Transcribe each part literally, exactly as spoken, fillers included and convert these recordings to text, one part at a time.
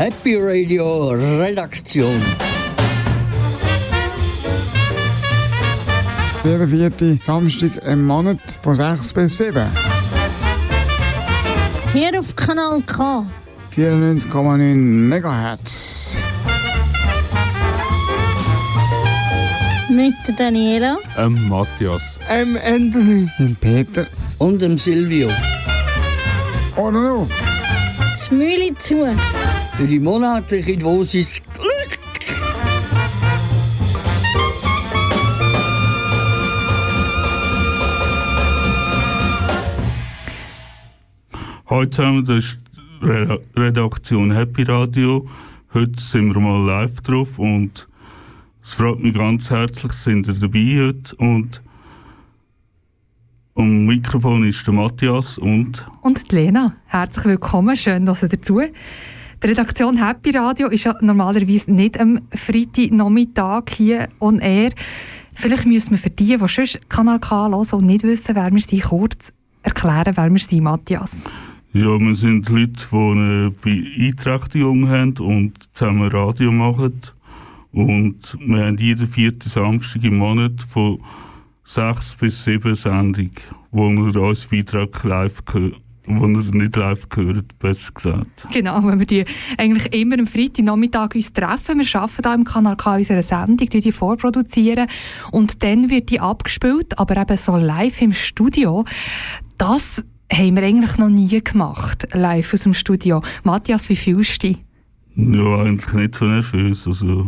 Happy Radio Redaktion. Der vierte Samstag im Monat von sechs bis sieben. Hier auf Kanal K. vierundneunzig Komma neun Megahertz. Mit der Daniela. Ähm, Matthias. Ähm, Anthony. Dem Peter. Und dem Silvio. Oder noch? Das Mühle zu. Für die monatliche Dosis Glück. Heute haben wir das Redaktion Happy Radio. Heute sind wir mal live drauf und es freut mich ganz herzlich, sind ihr dabei heute. Und am Mikrofon ist der Matthias und... Und die Lena. Herzlich willkommen, schön, dass ihr dazu. Die Redaktion Happy Radio ist ja normalerweise nicht am Freitagnachmittag hier on air. Vielleicht müssen wir für die, die schon Kanal K hören und nicht wissen, wer wir sind, kurz erklären, wer wir sind, Matthias. Ja, wir sind Leute, die eine Beeinträchtigung haben und zusammen Radio machen. Und wir haben jeden vierten Samstag im Monat von sechs bis sieben Sendungen, wo wir unseren Beitrag live hören. wo ihr nicht live gehört, besser gesagt. Genau, wenn wir die eigentlich immer am Freitagnachmittag uns treffen. Wir arbeiten hier im Kanal K unsere Sendung, die, die vorproduzieren und dann wird die abgespielt, aber eben so live im Studio. Das haben wir eigentlich noch nie gemacht, live aus dem Studio. Matthias, wie fühlst du dich? Ja, eigentlich nicht so nervös. Also,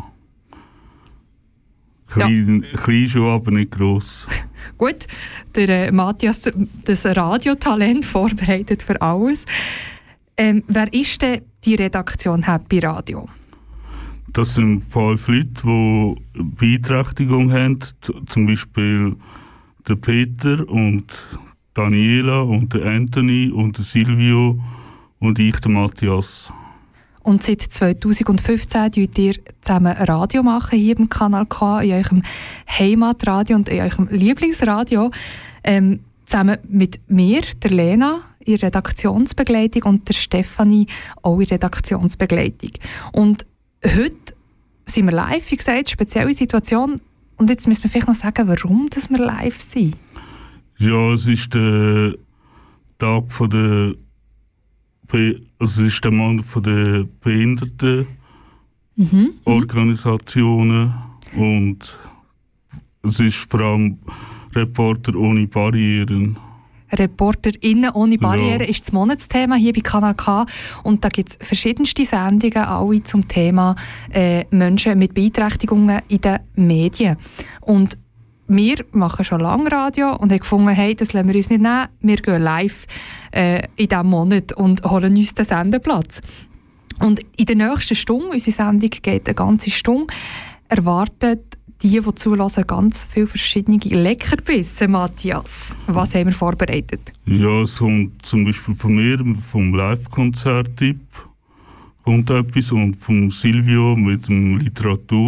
klein, ja. klein schon, aber nicht gross. Gut, der äh, Matthias, das Radiotalent, vorbereitet für alles. Ähm, wer ist denn die Redaktion Happy Radio? Das sind fünf Leute, die Beeinträchtigung haben. Z- zum Beispiel der Peter und Daniela und der Anthony und der Silvio und ich, der Matthias. Und seit zweitausendfünfzehn machen ihr zusammen Radio machen hier im Kanal K, in eurem Heimatradio und in eurem Lieblingsradio. Ähm, zusammen mit mir, der Lena, in Redaktionsbegleitung und der Stefanie auch in Redaktionsbegleitung. Und heute sind wir live, wie gesagt, spezielle Situation. Und jetzt müssen wir vielleicht noch sagen, warum dass wir live sind. Ja, es ist der Tag von der Be- also es ist der Monat von der Behinderten mhm. Organisationen und es ist vor allem Reporter ohne Barrieren. ReporterInnen ohne Barrieren ja. ist das Monatsthema hier bei Kanal K. Und da gibt es verschiedenste Sendungen, alle zum Thema äh, Menschen mit Beeinträchtigungen in den Medien. Und wir machen schon lange Radio und haben gefunden, hey, das lassen wir uns nicht nehmen. Wir gehen live äh, in diesem Monat und holen uns den Sendeplatz. Und in der nächsten Stunde, unsere Sendung geht eine ganze Stunde, erwartet die, die zulassen, ganz viele verschiedene Leckerbisse. Matthias, was haben wir vorbereitet? Ja, es kommt zum Beispiel von mir, vom Live-Konzert-Tipp kommt etwas und von Silvio mit dem Literatur,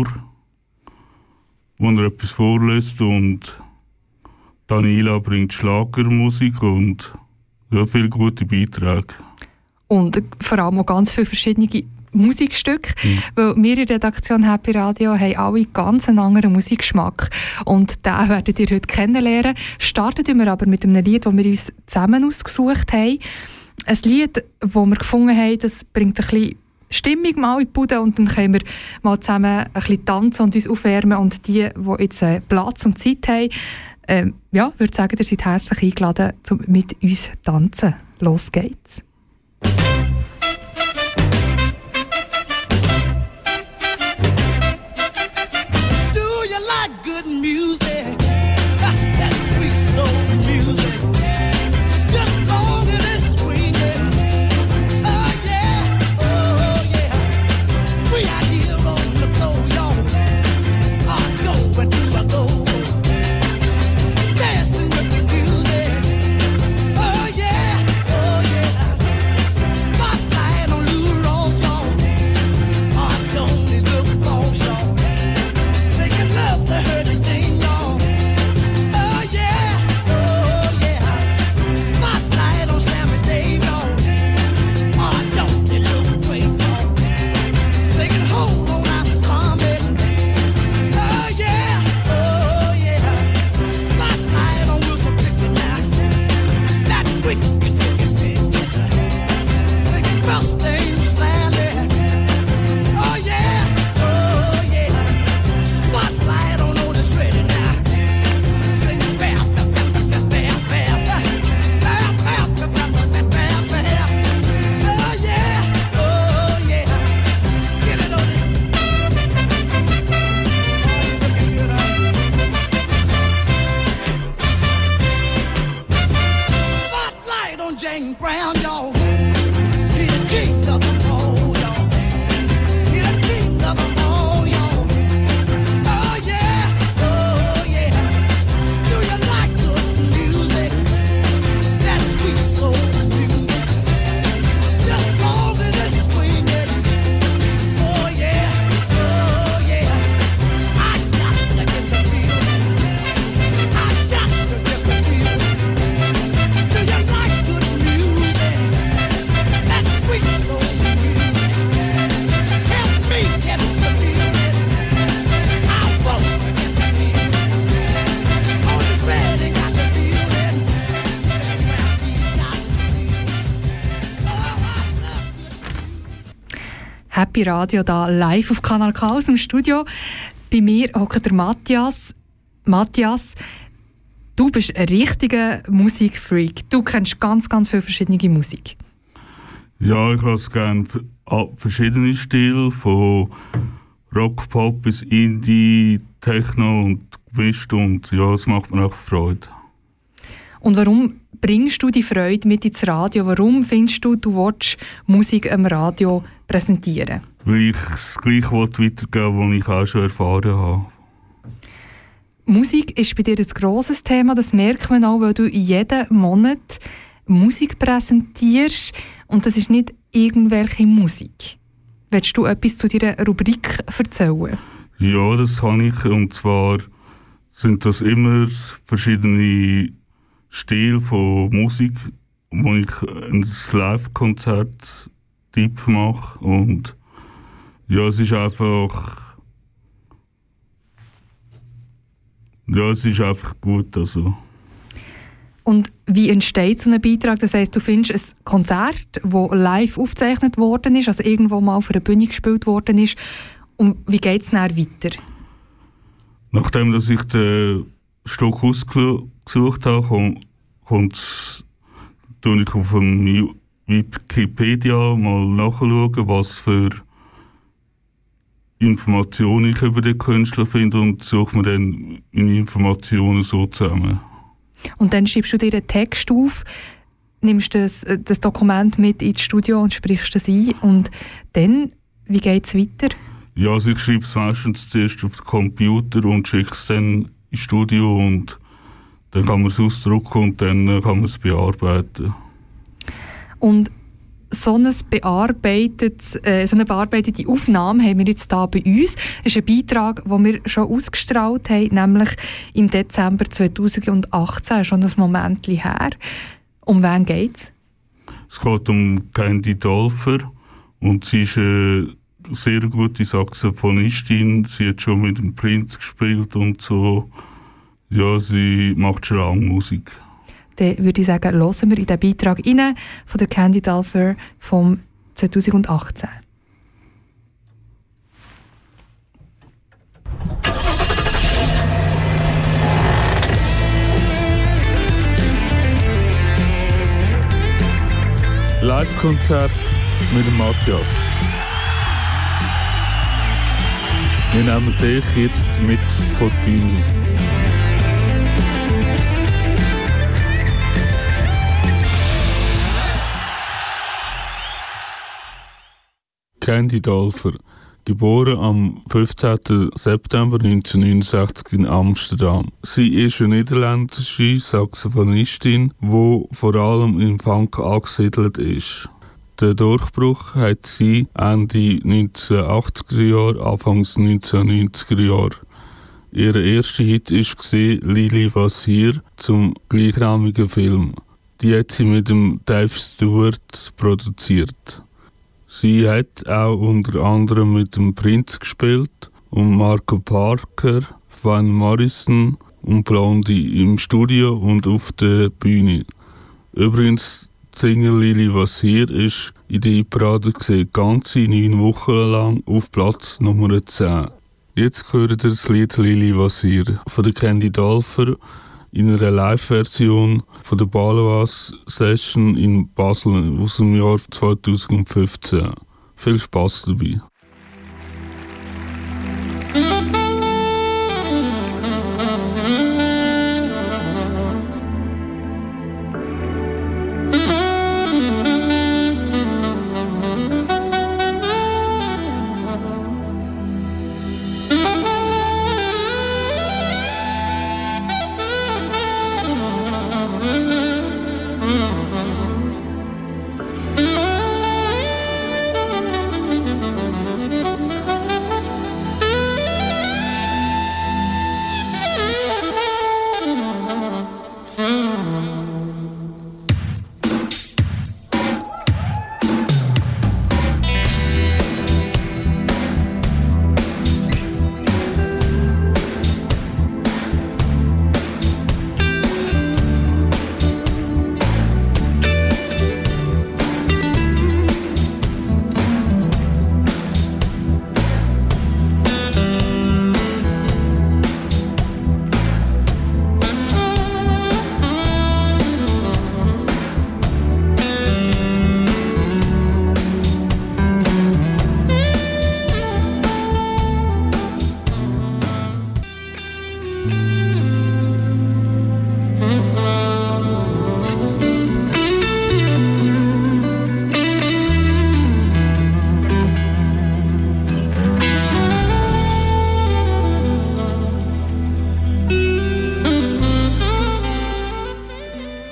wo er etwas vorliest, und Daniela bringt Schlagermusik und ja, viele gute Beiträge. Und vor allem auch ganz viele verschiedene Musikstücke, mhm. weil wir in der Redaktion Happy Radio haben alle ganz einen anderen Musikgeschmack und den werdet ihr heute kennenlernen. Starten wir aber mit einem Lied, das wir uns zusammen ausgesucht haben. Ein Lied, das wir gefunden haben, das bringt ein bisschen Stimmung mal in die Bude und dann können wir mal zusammen ein bisschen tanzen und uns aufwärmen. Und die, die jetzt äh, Platz und Zeit haben, äh, ja, würde sagen, ihr seid herzlich eingeladen, um mit uns tanzen. Los geht's. Dancing with the music, oh yeah, oh yeah. Happy Radio da live auf Kanal K aus dem Studio. Bei mir hockt der Matthias. Matthias, du bist ein richtiger Musikfreak. Du kennst ganz, ganz viele verschiedene Musik. Ja, ich höre gerne verschiedene Stile, von Rock, Pop bis Indie, Techno und gemischt. Und ja, es macht mir auch Freude. Und warum bringst du die Freude mit ins Radio? Warum findest du, du willst Musik am Radio präsentieren? Weil ich das Gleiche weitergeben will, was ich auch schon erfahren habe. Musik ist bei dir ein grosses Thema, das merkt man auch, weil du jeden Monat Musik präsentierst. Und das ist nicht irgendwelche Musik. Willst du etwas zu deiner Rubrik erzählen? Ja, das kann ich. Und zwar sind das immer verschiedene Stile von Musik, wo ich ein Live-Konzert-Typ mache. Und ja, es ist einfach... Ja, es ist einfach gut. Also. Und wie entsteht so ein Beitrag? Das heisst, du findest ein Konzert, das live aufgezeichnet worden ist, also irgendwo mal auf einer Bühne gespielt worden ist. Und wie geht es dann weiter? Nachdem dass ich das Stück ausgesucht habe, kommt tue ich auf dem Wikipedia mal nachschauen, was für Informationen ich über den Künstler finde und suche mir dann meine Informationen so zusammen. Und dann schreibst du dir einen Text auf, nimmst das, das Dokument mit ins Studio und sprichst es ein. Und dann, wie geht es weiter? Ja, also ich schreibe es meistens zuerst auf den Computer und schicke es dann ins Studio und dann kann man es ausdrucken und dann kann man es bearbeiten. Und so eine, bearbeitet, äh, so eine bearbeitete Aufnahme haben wir jetzt hier bei uns. Das ist ein Beitrag, den wir schon ausgestrahlt haben, nämlich im Dezember zweitausendachtzehn, schon ein Moment her. Um wen geht es? Es geht um Candy Dolfer und sie ist eine sehr gute Saxophonistin. Sie hat schon mit dem Prince gespielt und so. Ja, sie macht schon lange Musik. Dann würde ich sagen, hören wir in den Beitrag rein von der Candy Dolfer vom zweitausendachtzehn. Live-Konzert mit dem Matthias. Wir nehmen dich jetzt mit vor die Bühne. Candy Dolfer, geboren am fünfzehnten September neunzehnhundertneunundsechzig in Amsterdam. Sie ist eine niederländische Saxophonistin, die vor allem im Funk angesiedelt ist. Den Durchbruch hat sie Ende neunzehnhundertachtziger Jahre, Anfangs neunzehnhundertneunziger Jahre. Ihr erster Hit war «Lili was hier» zum gleichnamigen Film. Die hat sie mit dem Dave Stewart produziert. Sie hat auch unter anderem mit dem Prince gespielt und Marco Parker, Van Morrison und Blondie im Studio und auf der Bühne. Übrigens, die Single «Lili was hier» ist in der Parade gesehen, ganze neun Wochen lang auf Platz Nummer zehn. Jetzt hört ihr das Lied «Lili was hier» von der Candy Dolfer in einer Live-Version von der Baloise Session in Basel aus dem Jahr zweitausendfünfzehn. Viel Spass dabei.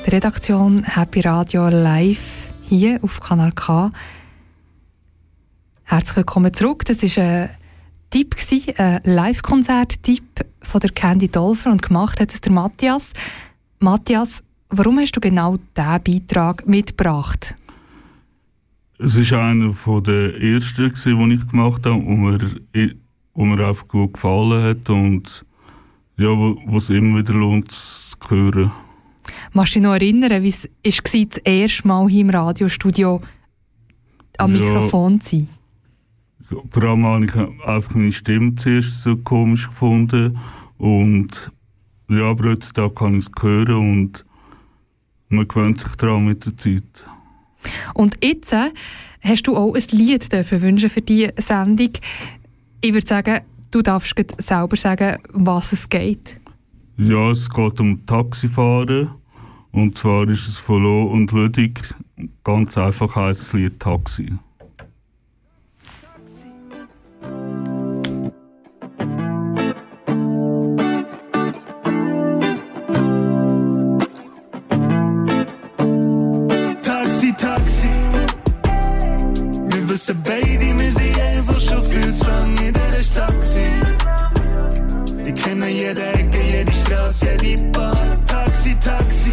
Die Redaktion Happy Radio live hier auf Kanal K. Herzlich willkommen zurück. Das war ein Tipp, ein Live-Konzert-Tipp von der Candy Dolfer und gemacht hat es der Matthias. Matthias, warum hast du genau diesen Beitrag mitgebracht? Es war einer der ersten, den ich gemacht habe, und mir, und mir einfach gut gefallen hat und ja, wo, wo es immer wieder lohnt zu hören. Magst du dich noch erinnern, wie es war, das erste Mal hier im Radiostudio am ja, Mikrofon zu sein? Vor allem habe ich einfach meine Stimme zuerst so komisch gefunden und ja, aber heutzutage kann ich es hören und man gewöhnt sich daran mit der Zeit. Und jetzt äh, hast du auch ein Lied dürfen wünschen für diese Sendung. Ich würde sagen, du darfst selber sagen, was es geht. Ja, es geht um Taxifahren. Und zwar ist es von Lo und Ludwig. Ganz einfach heisst das Lied Taxi. Taxi, Taxi. Wir wissen beide, wir sind einfach schon viel zu lange in dieser Stadt. Ich kenne jede Ecke, jede Straße, jede Bar. Taxi, Taxi.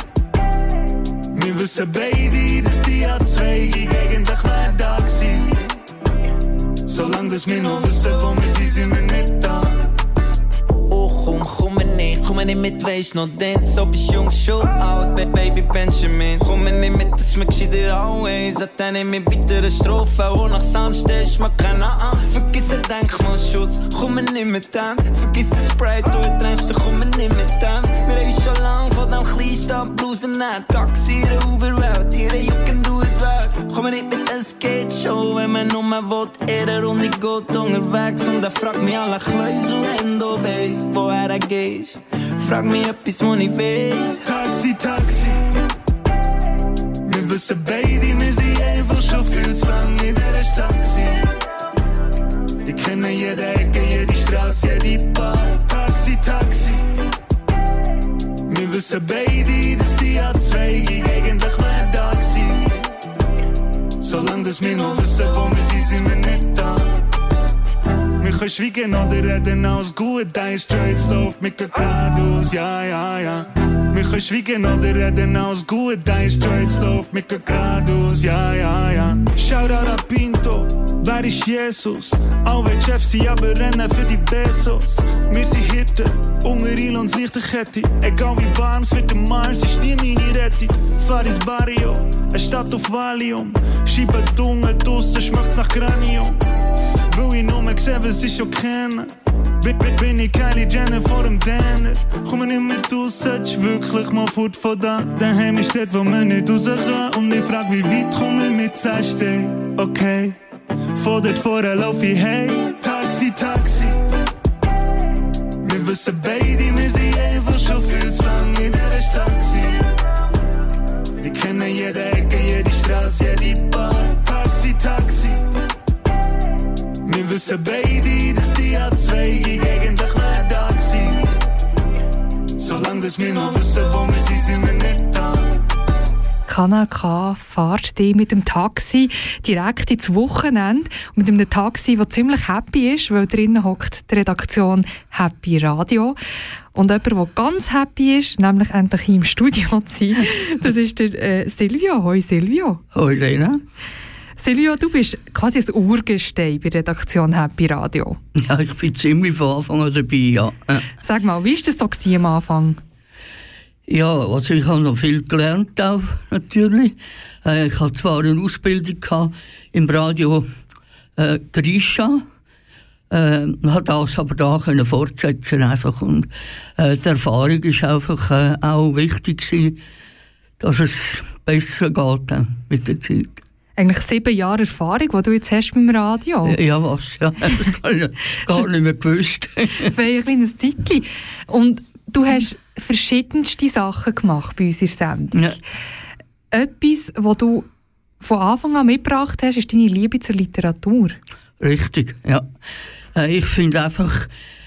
Wir wissen beide, dass die Abzweigung eigentlich wäre da gewesen. Solange dass wir noch wissen, wo wir sind, sind wir nicht da. Oh, komm, komm nicht, komm nicht mit, weisst noch denn, so bist jung, schon alt, Baby Benjamin. Komm nicht mit, dass wir gescheiter alle, sag dann nicht mehr weiter eine Strophe, auch nach Sand stehst, man keine an. Vergiss den Denkmalschutz, komm nicht mit dem, vergiss den Spray, du ertränkst, komm nicht mit dem. Wir haben uns schon lang von dem Kleinstadt-Blues ernährt, Taxi in der Uberwelt, ihre Jucken tut weg. Komm nicht mit, es geht schon, wenn man nur will, ihre Runde geht unterwegs. Und er fragt mich alle Kleus und Hände Base, woher er gehst. Frag mich etwas, wo ich weiss. Taxi, Taxi. Wir wissen beide, wir sind einfach schon viel zu lange in dieser Stadt. Ich kenne jede Ecke, jede Straße, jede Bar. Taxi, Taxi. Wir wissen beide, dass die Abzweigung eigentlich wäre da gewesen. Solange dass wir noch wissen, wo wir sind, sind wir nicht da. Wir können schweigen oder reden alles gut, ein Straight läuft mit geradeaus, ja, ja, ja. Wir können schweigen oder reden alles gut, ein Straight läuft mit geradeaus, ja, ja, ja. Shoutout a Pinto, wer ist Jesus? Auch wenn Chefs sind, aber rennen für die Pesos. Wir sind Hirten, unter Ilons Lichterkette. Egal wie warm es wird, der Mars ist nie meine Rettung. Fahr ins Barrio, eine Stadt auf Valium. Schiebe die Unge draussen, schmeckt's nach Granium. Will ich nur mehr sehen, was ich schon kenne. Bin, bin, bin ich Kylie Jenner vor dem Denner. Komm nicht mehr raus, solltest wirklich mal fort von da. Daheim ist dort, wo man nicht raus kann. Und ich frag, wie weit komm ich mit, sagst du, okay. Von dort vorher lauf ich hey. Taxi, Taxi. Wir wissen beide, wir sind einfach schon viel zu lange in dieser Stadt. Ich kenne jede Ecke, jede Straße, jede Bar. Taxi, Taxi. Wir wissen beide, dass die Abzweigung eigentlich wäre da gewesen. Solange dass wir noch wissen, wo wir sind, sind wir nicht da. Kanal K fährt dich mit dem Taxi direkt ins Wochenende. Mit einem Taxi, das ziemlich happy ist, weil drinnen hockt die Redaktion Happy Radio. Und jemand, der ganz happy ist, nämlich endlich hier im Studio zu sein, das ist der äh, Silvio. Hoi Silvio. Hoi Lena. Silvio, du bist quasi ein Urgestein bei der Redaktion Happy Radio. Ja, ich bin ziemlich von Anfang an dabei, ja. Sag mal, wie war das so am Anfang? Ja, also ich habe noch viel gelernt, auch, natürlich. Äh, ich hatte zwar eine Ausbildung gehabt im Radio äh, Grisha, äh, hat das aber da können fortsetzen einfach. Und äh, die Erfahrung ist einfach äh, auch wichtig gewesen, dass es besser geht äh, mit der Zeit. Eigentlich sieben Jahre Erfahrung, die du jetzt hast beim Radio. Ja, ja was, ja. Das habe ich gar nicht mehr gewusst. Für ein kleines Tiki. Und du hast verschiedenste Sachen gemacht bei uns in der Sendung. Ja. Etwas, was du von Anfang an mitgebracht hast, ist deine Liebe zur Literatur. Richtig, ja. Ich finde einfach,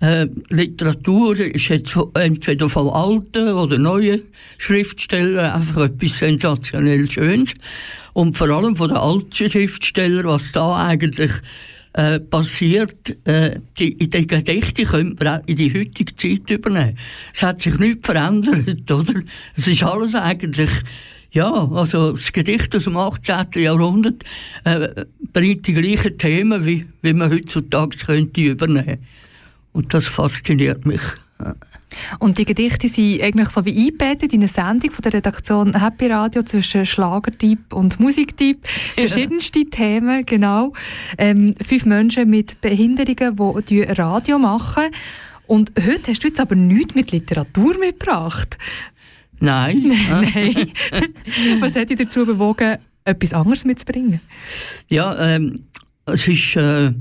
Äh, Literatur ist jetzt entweder vom alten oder neuen Schriftsteller einfach etwas sensationell Schönes. Und vor allem von den alten Schriftstellern, was da eigentlich äh, passiert, äh, die, in den Gedichten könnte man auch in die heutige Zeit übernehmen. Es hat sich nichts verändert, oder? Es ist alles eigentlich, ja, also das Gedicht aus dem achtzehnten Jahrhundert äh, bringt die gleichen Themen, wie, wie man heutzutage könnte übernehmen. Und das fasziniert mich. Ja. Und die Gedichte sind eigentlich so wie eingebettet in eine Sendung von der Redaktion Happy Radio zwischen Schlagertyp und Musiktyp. Ja. Verschiedenste Themen, genau. Ähm, fünf Menschen mit Behinderungen, die Radio machen. Und heute hast du jetzt aber nichts mit Literatur mitgebracht. Nein. Nein. Was hat dich dazu bewogen, etwas anderes mitzubringen? Ja, ähm, es ist äh,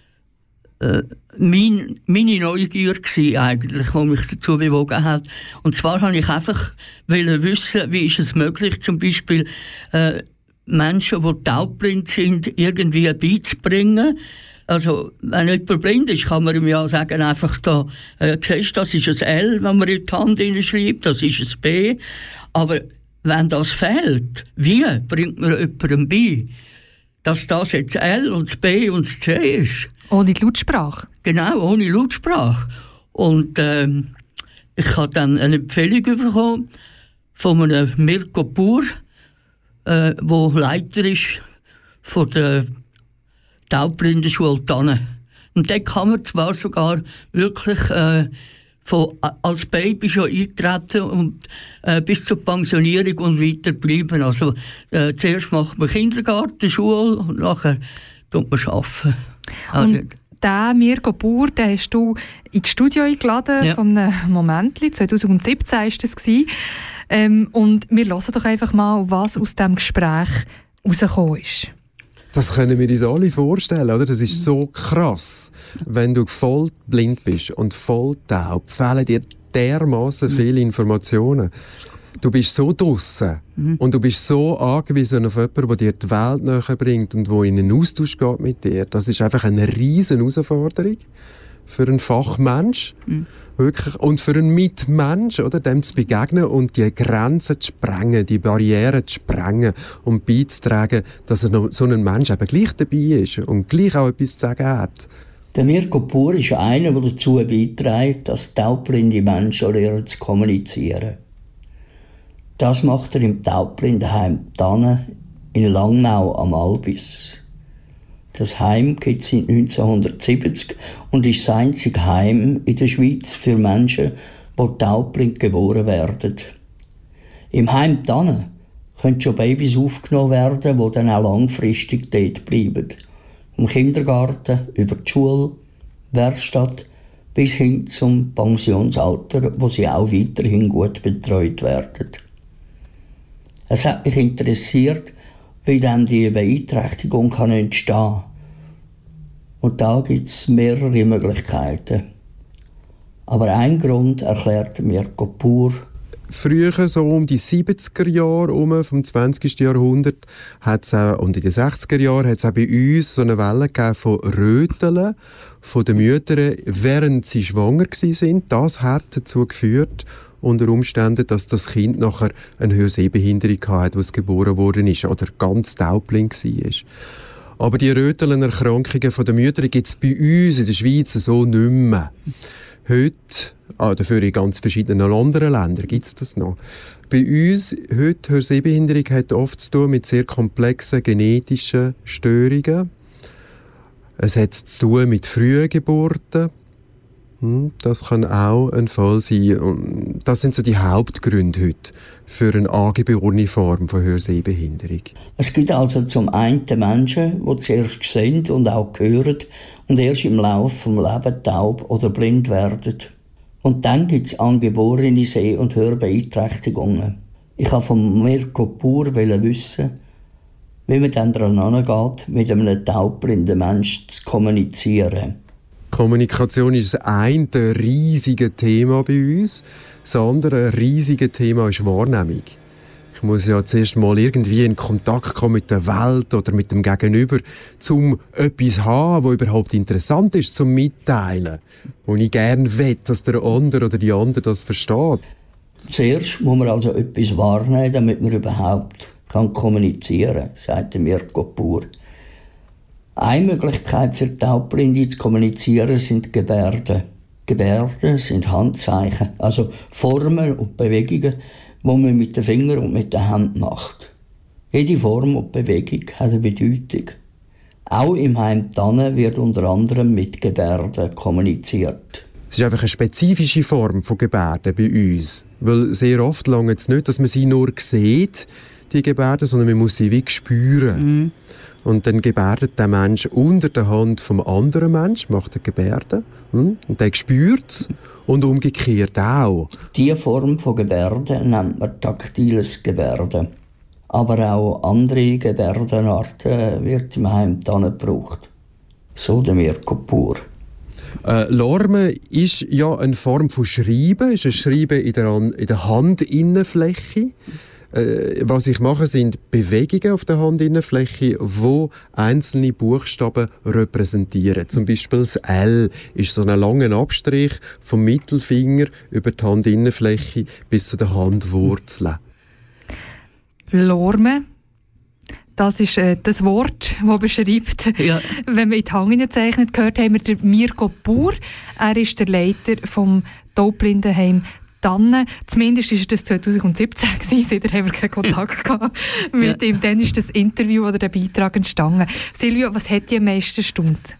äh, mein, meine Neugier gewesen, eigentlich, die mich dazu bewogen hat. Und zwar wollte ich einfach wissen, wie ist es möglich, zum Beispiel äh, Menschen, die taubblind sind, irgendwie beizubringen. Also, wenn jemand blind ist, kann man ihm ja sagen, einfach da, äh, siehst du, das ist ein L, wenn man in die Hand hineinschreibt, das ist ein B. Aber wenn das fehlt, wie bringt man jemandem bei, dass das jetzt L und das B und das C ist? Ohne die Lautsprache? Genau, ohne Lautsprache. Und ähm, ich habe dann eine Empfehlung bekommen von einem Mirko Pur, der äh, Leiter ist von der Taubblindenschule Tanne. Und dort kann man zwar sogar wirklich äh, von, als Baby schon eintreten und äh, bis zur Pensionierung und weiter bleiben. Also äh, zuerst macht man Kindergarten, Schule und nachher tut man arbeiten. Also, und den Mirko Pur, den hast du ins Studio eingeladen, ja. Von einem Momentli, zwanzig siebzehn war das. Ähm, und wir hören doch einfach mal, was aus diesem Gespräch rausgekommen ist. Das können wir uns alle vorstellen, oder? Das ist so krass. Wenn du voll blind bist und voll taub, fehlen dir dermassen viele Informationen. Du bist so draussen mhm. und du bist so angewiesen auf jemanden, der dir die Welt näher bringt und der in einen Austausch geht mit dir. Das ist einfach eine riesen Herausforderung für einen Fachmensch. Mhm. Wirklich. Und für einen Mitmensch, oder, dem zu begegnen und die Grenzen zu sprengen, die Barrieren zu sprengen und beizutragen, dass er noch so ein Mensch eben gleich dabei ist und gleich auch etwas zu sagen hat. Der Mirko Pur ist einer, der dazu beiträgt, dass taubblinde Menschen lernen zu kommunizieren. Das macht er im Taubblindenheim Tanne in Langnau am Albis. Das Heim gibt es seit neunzehnhundertsiebzig und ist das einzige Heim in der Schweiz für Menschen, die taubblind geboren werden. Im Heim Tanne können schon Babys aufgenommen werden, die dann auch langfristig dort bleiben. Vom Kindergarten über die Schule, Werkstatt bis hin zum Pensionsalter, wo sie auch weiterhin gut betreut werden. Es hat mich interessiert, wie dann die Beeinträchtigung kann entstehen. Und da gibt es mehrere Möglichkeiten. Aber ein Grund erklärt Mirko Pur. Früher, so um die siebziger Jahre um, vom zwanzigsten Jahrhundert, hat's auch, und in den sechziger Jahren hat es auch bei uns so eine Welle gegeben von Röteln von den Müttern, während sie schwanger waren. Das hat dazu geführt, unter Umständen, dass das Kind nachher eine Hörsehbehinderung hatte, als es geboren worden ist oder ganz taubblind war. Aber die Röteln-Erkrankungen der Mütter gibt es bei uns in der Schweiz so nicht mehr. Heute, ah, dafür in ganz verschiedenen anderen Ländern gibt es das noch. Bei uns heute Hörsehbehinderung hat oft zu tun mit sehr komplexen genetischen Störungen. Es hat zu tun mit frühen Geburten. Das kann auch ein Fall sein. Und das sind so die Hauptgründe heute für eine angeborene Form von Hörsehbehinderung. Es gibt also zum einen Menschen, die zuerst sehen und auch hören und erst im Laufe des Lebens taub oder blind werden. Und dann gibt es angeborene Seh- und Hörbeeinträchtigungen. Ich wollte von Mirko Pur wissen, wie man dann daran angeht, mit einem taubblinden Menschen zu kommunizieren. Kommunikation ist das eine riesige Thema bei uns. Das andere riesige Thema ist Wahrnehmung. Ich muss ja zuerst mal irgendwie in Kontakt kommen mit der Welt oder mit dem Gegenüber, um etwas zu haben, das überhaupt interessant ist zum Mitteilen. Und ich gerne will, dass der andere oder die andere das versteht. Zuerst muss man also etwas wahrnehmen, damit man überhaupt kann kommunizieren kann, sagt Mirko Pur. Eine Möglichkeit für Taubblinde zu kommunizieren sind Gebärden. Gebärden sind Handzeichen, also Formen und Bewegungen, die man mit den Fingern und mit der Hand macht. Jede Form und Bewegung hat eine Bedeutung. Auch im Heim Tanne wird unter anderem mit Gebärden kommuniziert. Es ist einfach eine spezifische Form von Gebärden bei uns. Weil sehr oft lange es nicht, dass man sie nur sieht, die Gebärden, sondern man muss sie wie spüren. Mhm. Und dann gebärdet der Mensch unter der Hand vom anderen Mensch, macht er Gebärden. Und der spürt es. Und umgekehrt auch. Diese Form von Gebärden nennt man taktiles Gebärden. Aber auch andere Gebärdenarten wird im Heim Tanne gebraucht. So der Mirko Pur. Äh, Lorme ist ja eine Form von Schreiben, ist ein Schreiben in der, in der Handinnenfläche. Äh, was ich mache, sind Bewegungen auf der Handinnenfläche, die einzelne Buchstaben repräsentieren. Zum Beispiel das L ist so ein langer Abstrich vom Mittelfinger über die Handinnenfläche bis zu den Handwurzeln. Lorme, das ist äh, das Wort, das beschreibt, ja. Wenn man in die Hand hineinzeichnet, gehört haben wir den Mirko Pur. Er ist der Leiter vom Taubblindenheim Tanne. Zumindest war das zwanzig siebzehn, seitdem haben wir keinen Kontakt gehabt mit ja. ihm. Dann ist das Interview oder der Beitrag entstanden. Silvio, was hat dich am meisten erstaunt?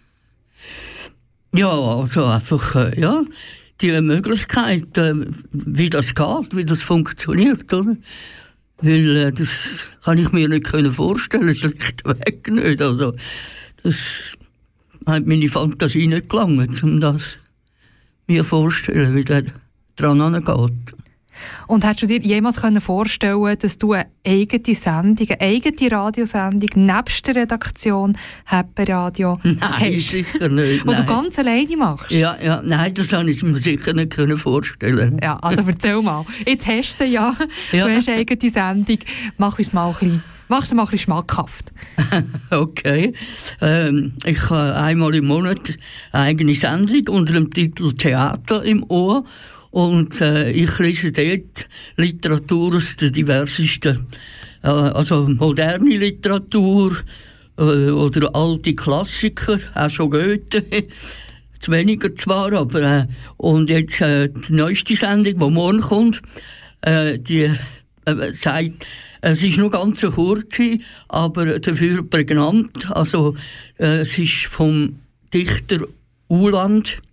Ja, also einfach, äh, ja, die Möglichkeit, äh, wie das geht, wie das funktioniert, oder? Weil äh, das kann ich mir nicht vorstellen, schlichtweg nicht. Also, das hat meine Fantasie nicht gelangt, um das mir vorzustellen, wie das dran angeht. Und hättest du dir jemals vorstellen können, dass du eine eigene Sendung, eine eigene Radiosendung nebst der Redaktion Happy Radio Nein, hast? sicher nicht. Die du ganz alleine machst? Ja, ja, nein, das konnte ich mir sicher nicht vorstellen. Ja, also erzähl mal. Jetzt hast du sie ja, ja. Du hast eine eigene Sendung. Mach es mal ein bisschen, mach es mal ein bisschen schmackhaft. Okay. Ähm, ich habe einmal im Monat eine eigene Sendung unter dem Titel Theater im Ohr. Und äh, ich lese dort Literatur aus den diversesten, äh, also moderne Literatur äh, oder alte Klassiker, auch schon Goethe, zu weniger zwar, aber äh, und jetzt äh, die neueste Sendung, die morgen kommt, äh, die äh, sagt, es ist nur ganz eine kurze, aber dafür prägnant. Also äh, es ist vom Dichter Uhland.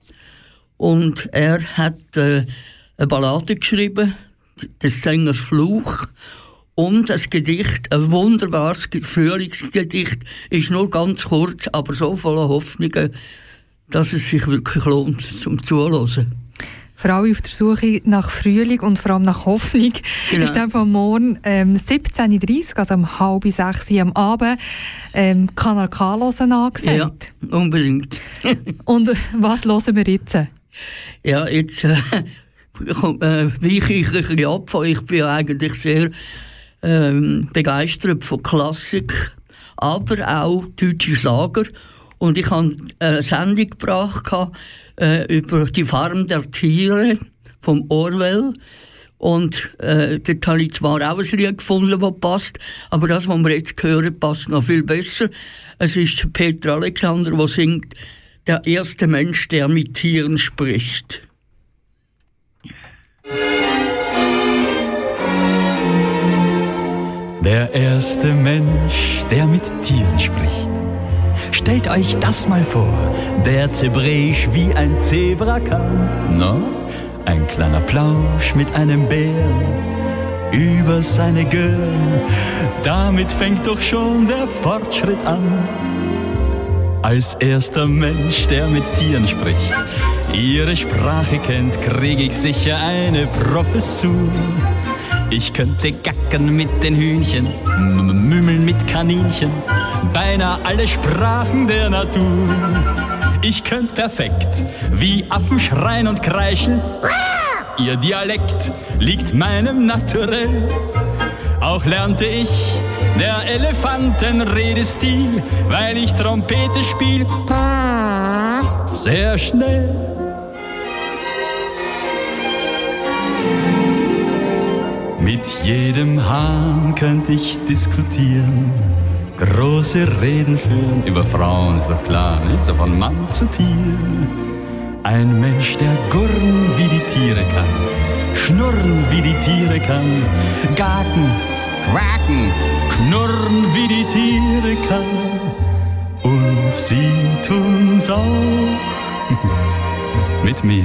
Und er hat äh, eine Ballade geschrieben, des Sängers Fluch, und ein Gedicht, ein wunderbares Frühlingsgedicht, ist nur ganz kurz, aber so voller Hoffnungen, dass es sich wirklich lohnt zum Zuhören. Für alle auf der Suche nach Frühling und vor allem nach Hoffnung. Genau. Ist dann von morgen ähm, siebzehn Uhr dreißig, also um halb sechs Uhr am Abend, ähm, Kanal K hören angesagt. Ja, unbedingt. Und was hören wir jetzt? Ja, jetzt äh, äh, weiche ich ein bisschen ab. Ich bin eigentlich sehr ähm, begeistert von Klassik, aber auch deutsche Schlager. Und ich habe eine Sendung gebracht äh, über die Farm der Tiere vom Orwell. Und äh, dort habe ich zwar auch ein Lied gefunden, das passt, aber das, was wir jetzt hören, passt noch viel besser. Es ist Peter Alexander, der singt Der erste Mensch, der mit Tieren spricht. Der erste Mensch, der mit Tieren spricht. Stellt euch das mal vor, der Zebräisch wie ein Zebra kann. No? Ein kleiner Plausch mit einem Bären über seine Gören. Damit fängt doch schon der Fortschritt an. Als erster Mensch, der mit Tieren spricht, ihre Sprache kennt, krieg ich sicher eine Professur. Ich könnte gackern mit den Hühnchen, mümmeln mit Kaninchen, beinahe alle Sprachen der Natur. Ich könnte perfekt wie Affen schreien und kreischen. Ihr Dialekt liegt meinem Naturell. Auch lernte ich der Elefantenredestil, weil ich Trompete spiel, sehr schnell. Mit jedem Hahn könnte ich diskutieren, große Reden führen über Frauen, ist doch klar, nicht? So von Mann zu Tier. Ein Mensch, der gurren wie die Tiere kann, schnurren wie die Tiere kann, gaken, quaken, knurren wie die Tiere kann. Und sie tun's auch mit mir.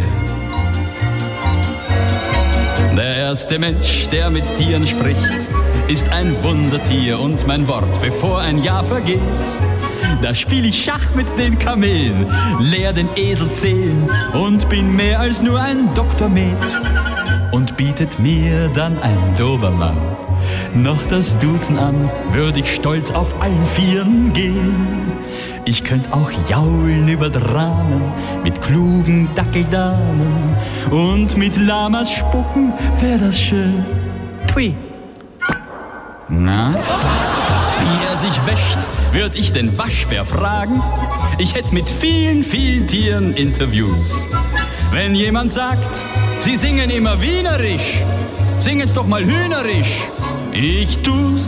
Der erste Mensch, der mit Tieren spricht, ist ein Wundertier und mein Wort, bevor ein Jahr vergeht. Da spiel ich Schach mit den Kamelen, lehr den Esel zählen und bin mehr als nur ein Doktor Med. Und bietet mir dann ein Dobermann noch das Duzen an, würd ich stolz auf allen Vieren gehen. Ich könnt auch jaulen über Dramen mit klugen Dackeldamen und mit Lamas spucken, wär das schön. Pui. Na? Wie er sich wäscht, würd ich den Waschbär fragen. Ich hätt mit vielen, vielen Tieren Interviews. Wenn jemand sagt, sie singen immer wienerisch, singen's doch mal hühnerisch. Ich tu's.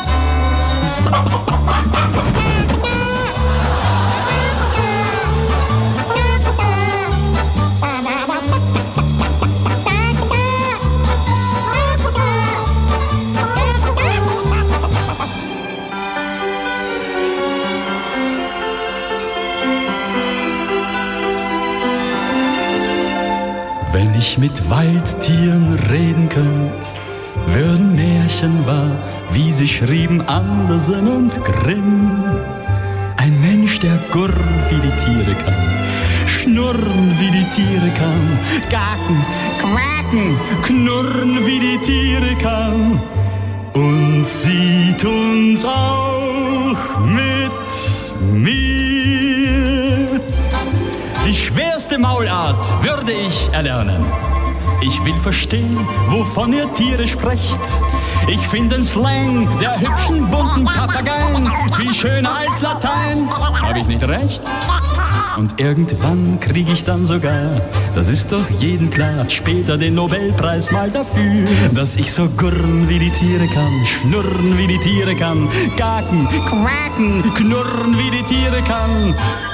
Wenn ich mit Waldtieren reden könnt, würden Märchen wahr, wie sie schrieben Andersen und Grimm. Ein Mensch, der gurren wie die Tiere kann, schnurren wie die Tiere kann, gaken, quaken, knurren wie die Tiere kann. Und sie tun's auch mit mir. Die schwerste Maulart würde ich erlernen. Ich will verstehen, wovon ihr Tiere sprecht. Ich find den Slang der hübschen, bunten Papageien viel schöner als Latein. Hab ich nicht recht? Und irgendwann krieg ich dann sogar, das ist doch jedem klar, später den Nobelpreis mal dafür, dass ich so gurren wie die Tiere kann, schnurren wie die Tiere kann, gaken, quaken, knurren wie die Tiere kann.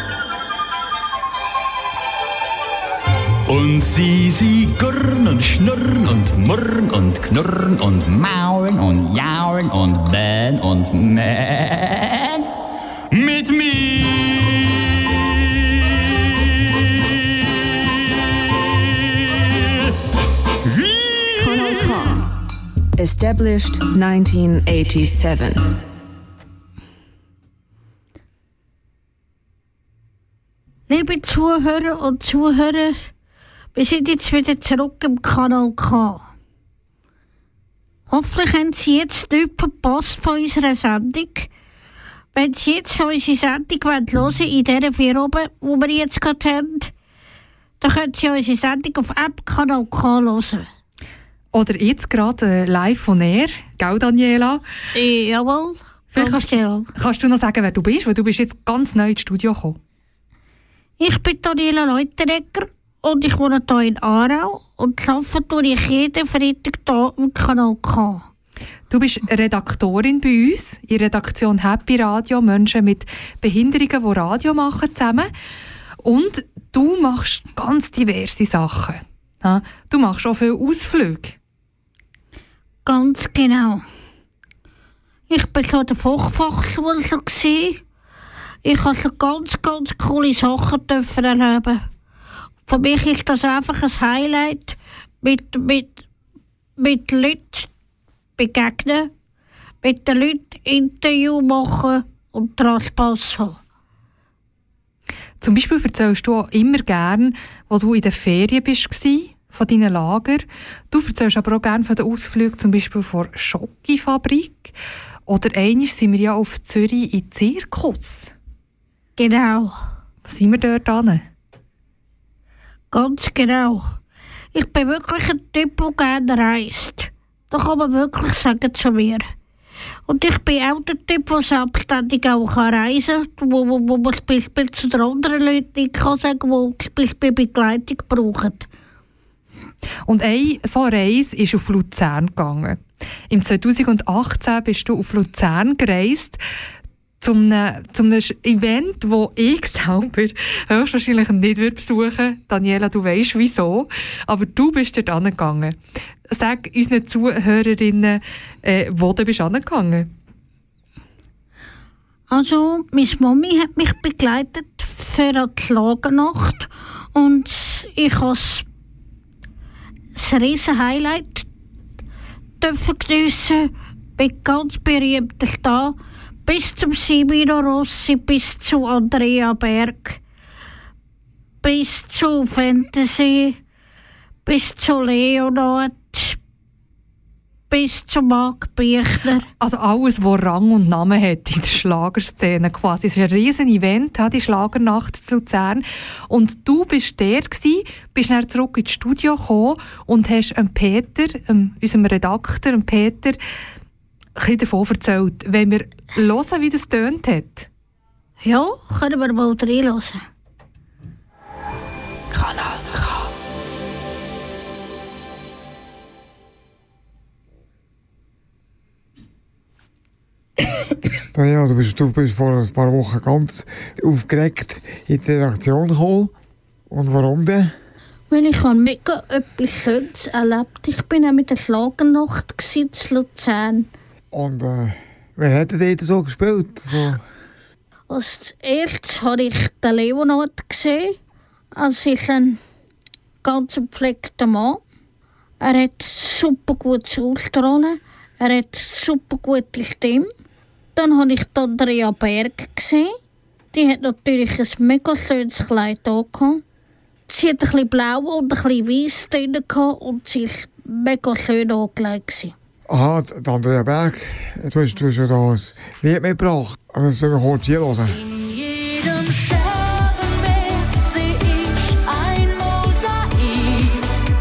Und sie, sie gurren und schnurren und murren und knurren und maulen und jaulen und bähen und mähen mit mir. Kanal K. Established nineteen eighty-seven. Liebe Zuhörer und Zuhörer, wir sind jetzt wieder zurück im Kanal K. Hoffentlich haben Sie jetzt nichts verpasst von unserer Sendung. Wenn Sie jetzt unsere Sendung hören wollen, in dieser vier oben, die wir jetzt gerade haben, dann können Sie unsere Sendung auf App Kanal K hören. Oder jetzt gerade äh, live on air, gell Daniela? Äh, jawohl. Vielleicht kannst, ja. kannst du noch sagen, wer du bist, weil du bist jetzt ganz neu ins Studio gekommen. Ich bin Daniela Leutenegger und ich wohne hier in Aarau und arbeite tue ich jeden Freitag hier im Kanal K. Du bist Redaktorin bei uns, in der Redaktion Happy Radio, Menschen mit Behinderungen, die Radio machen zusammen. Und du machst ganz diverse Sachen. Du machst auch viele Ausflüge. Ganz genau. Ich war schon in der Fachfachschule. Ich durfte so ganz, ganz coole Sachen erleben. Für mich ist das einfach ein Highlight, mit, mit, mit Leuten begegnen, mit den Leuten Interview machen und daran Spass haben. Zum Beispiel erzählst du auch immer gern, wo du in der Ferien warst, von deinen Lager. Du erzählst aber auch gerne von den Ausflügen, zum Beispiel von der Schokofabrik. Oder einmal sind wir ja auf Zürich in Zirkus. Genau. Was sind wir dort hin? Ganz genau. Ich bin wirklich ein Typ, der gerne reist. Da kann man wirklich sagen zu mir. Und ich bin auch der Typ, der selbstständig auch reisen kann, wo, wo, wo man zum Beispiel zu den anderen Leuten nicht kann sagen, die zum Beispiel Begleitung brauchen. Und eine so eine Reise ist auf Luzern gegangen. Im zweitausendachtzehn bist du auf Luzern gereist, zum einem, zum einem Event, das ich selber höchstwahrscheinlich nicht besuchen würde. Daniela, du weisst wieso, aber du bist dort hingegangen. Sag unseren Zuhörerinnen, äh, wo du bist hingegangen? Also, meine Mami hat mich begleitet für die Schlagernacht und ich durfte das riesen Highlight geniessen, bin ganz berühmt da, bis zum Simino Rossi, bis zu Andrea Berg, bis zu Fantasy, bis zu Leonard, bis zu Marc Bichler. Also alles, was Rang und Namen hat in der Schlagerszene quasi. Es ist ein riesen Event, die Schlagernacht in Luzern. Und du bist der gsi, bist dann zurück ins Studio gekommen und hast dem Peter, ähm, unserem Redakteur, dem Peter, ein bisschen davon erzählt. Wenn wir hören, wie das tönt hat. Ja, können wir mal reinhören. Kanal K. Ja, du, bist, du bist vor ein paar Wochen ganz aufgeregt in die Redaktion gekommen. Und warum denn? Weil ich habe mega etwas Schönes erlebt. Ich war auch mit der Schlagernacht in Luzern. Und äh, wer hat denn so gespielt? So. Als erstes habe ich den Leonard gesehen. Also ist ein ganz gepflegter Mann. Er hat super gutes Ausstrahlen. Er hat super gute Stimme. Dann habe ich Andrea Berg gesehen. Die hat natürlich ein mega schönes Kleid angehabt. Sie hat ein bisschen blau und ein bisschen weiss drin und sie war mega schön angelegt. Aha, die Andrea Berg. Du hast, du hast ja da ein Lied mitgebracht. Aber das sollen wir kurz hier hören. In jedem Sternenmeer seh ich ein Mosaik.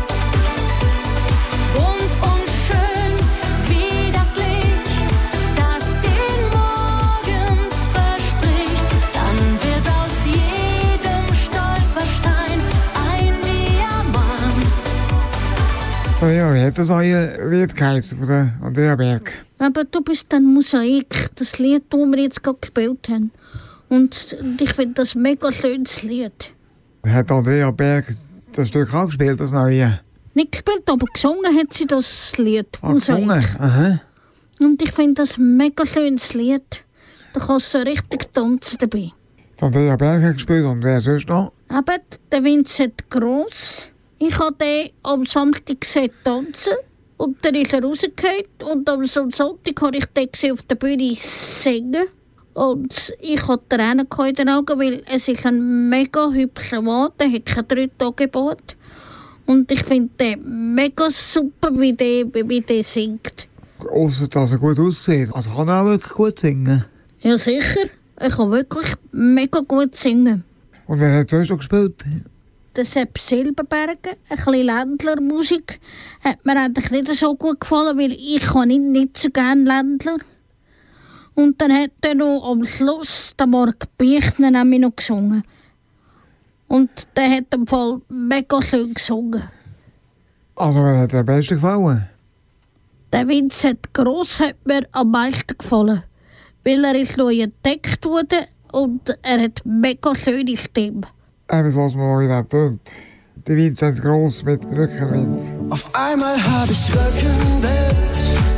Bunt und schön wie das Licht, das den Morgen verspricht. Dann wird aus jedem Stolperstein ein Diamant. Ja, wie hat das euer Lied geheißen von der Andrea Berg? Aber du bist ein Mosaik, das Lied, das wir jetzt gerade gespielt haben. Und ich finde das ein mega schönes Lied. Hat Andrea Berg das Stück auch gespielt, das neue? Nicht gespielt, aber gesungen hat sie das Lied. Ah, gesungen? Aha. Und ich finde das ein mega schönes Lied. Da kannst du so richtig tanzen dabei. Die Andrea Berg hat gespielt und wer sonst noch? Aber der Vincent Gross. Ich habe den am Samstag gesehen tanzen. Und dann ist er rausgefallen und am Sonntag habe ich den gesehen auf der Bühne singen. Und ich hatte Tränen in den Augen, weil es ist ein mega hübscher Mann, der hat kein Drittangebot. Und ich finde den mega super, wie der, wie der singt. Ausser, dass er gut aussieht. Also kann er auch wirklich gut singen? Ja, sicher. Er kann wirklich mega gut singen. Und wer hat sonst noch gespielt? Der Sepp Silberberger, ein bisschen Ländlermusik, hat mir eigentlich nicht so gut gefallen, weil ich kann nicht, nicht so gerne Ländler. Und dann hat er noch am Schluss der Marc Bichner noch gesungen. Und der hat im Fall mega schön gesungen. Also wer hat dir am besten gefallen? Der Vincent Gross hat mir am meisten gefallen, weil er ist neu entdeckt wurde und er hat mega schöne Stimme. Etwas, was man mal wieder tönt. Der Vincent Gross mit Rückenwind. Auf einmal hab ich Rückenwind.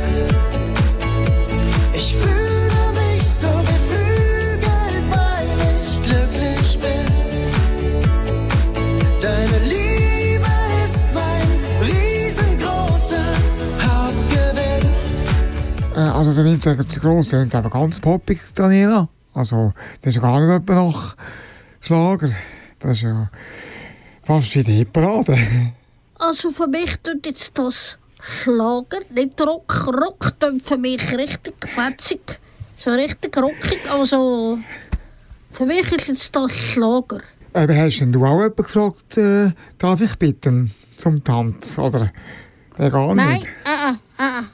Ich fühle mich so beflügelt, weil ich glücklich bin. Deine Liebe ist mein riesengroßer Hauptgewinn. Äh, also der Vincent Gross tönt aber ganz poppig, Daniela. Also das ist ja gar nicht etwa noch Schlager. Das ist ja fast wie die Hitparade. Also für mich tut jetzt das Schlager, nicht Rock. Rock tut für mich richtig fetzig, so richtig rockig. Also für mich ist jetzt das Schlager. Aber hast denn du auch jemanden gefragt, äh, darf ich bitten zum Tanz? Oder äh, gar nicht? Nein, äh, äh,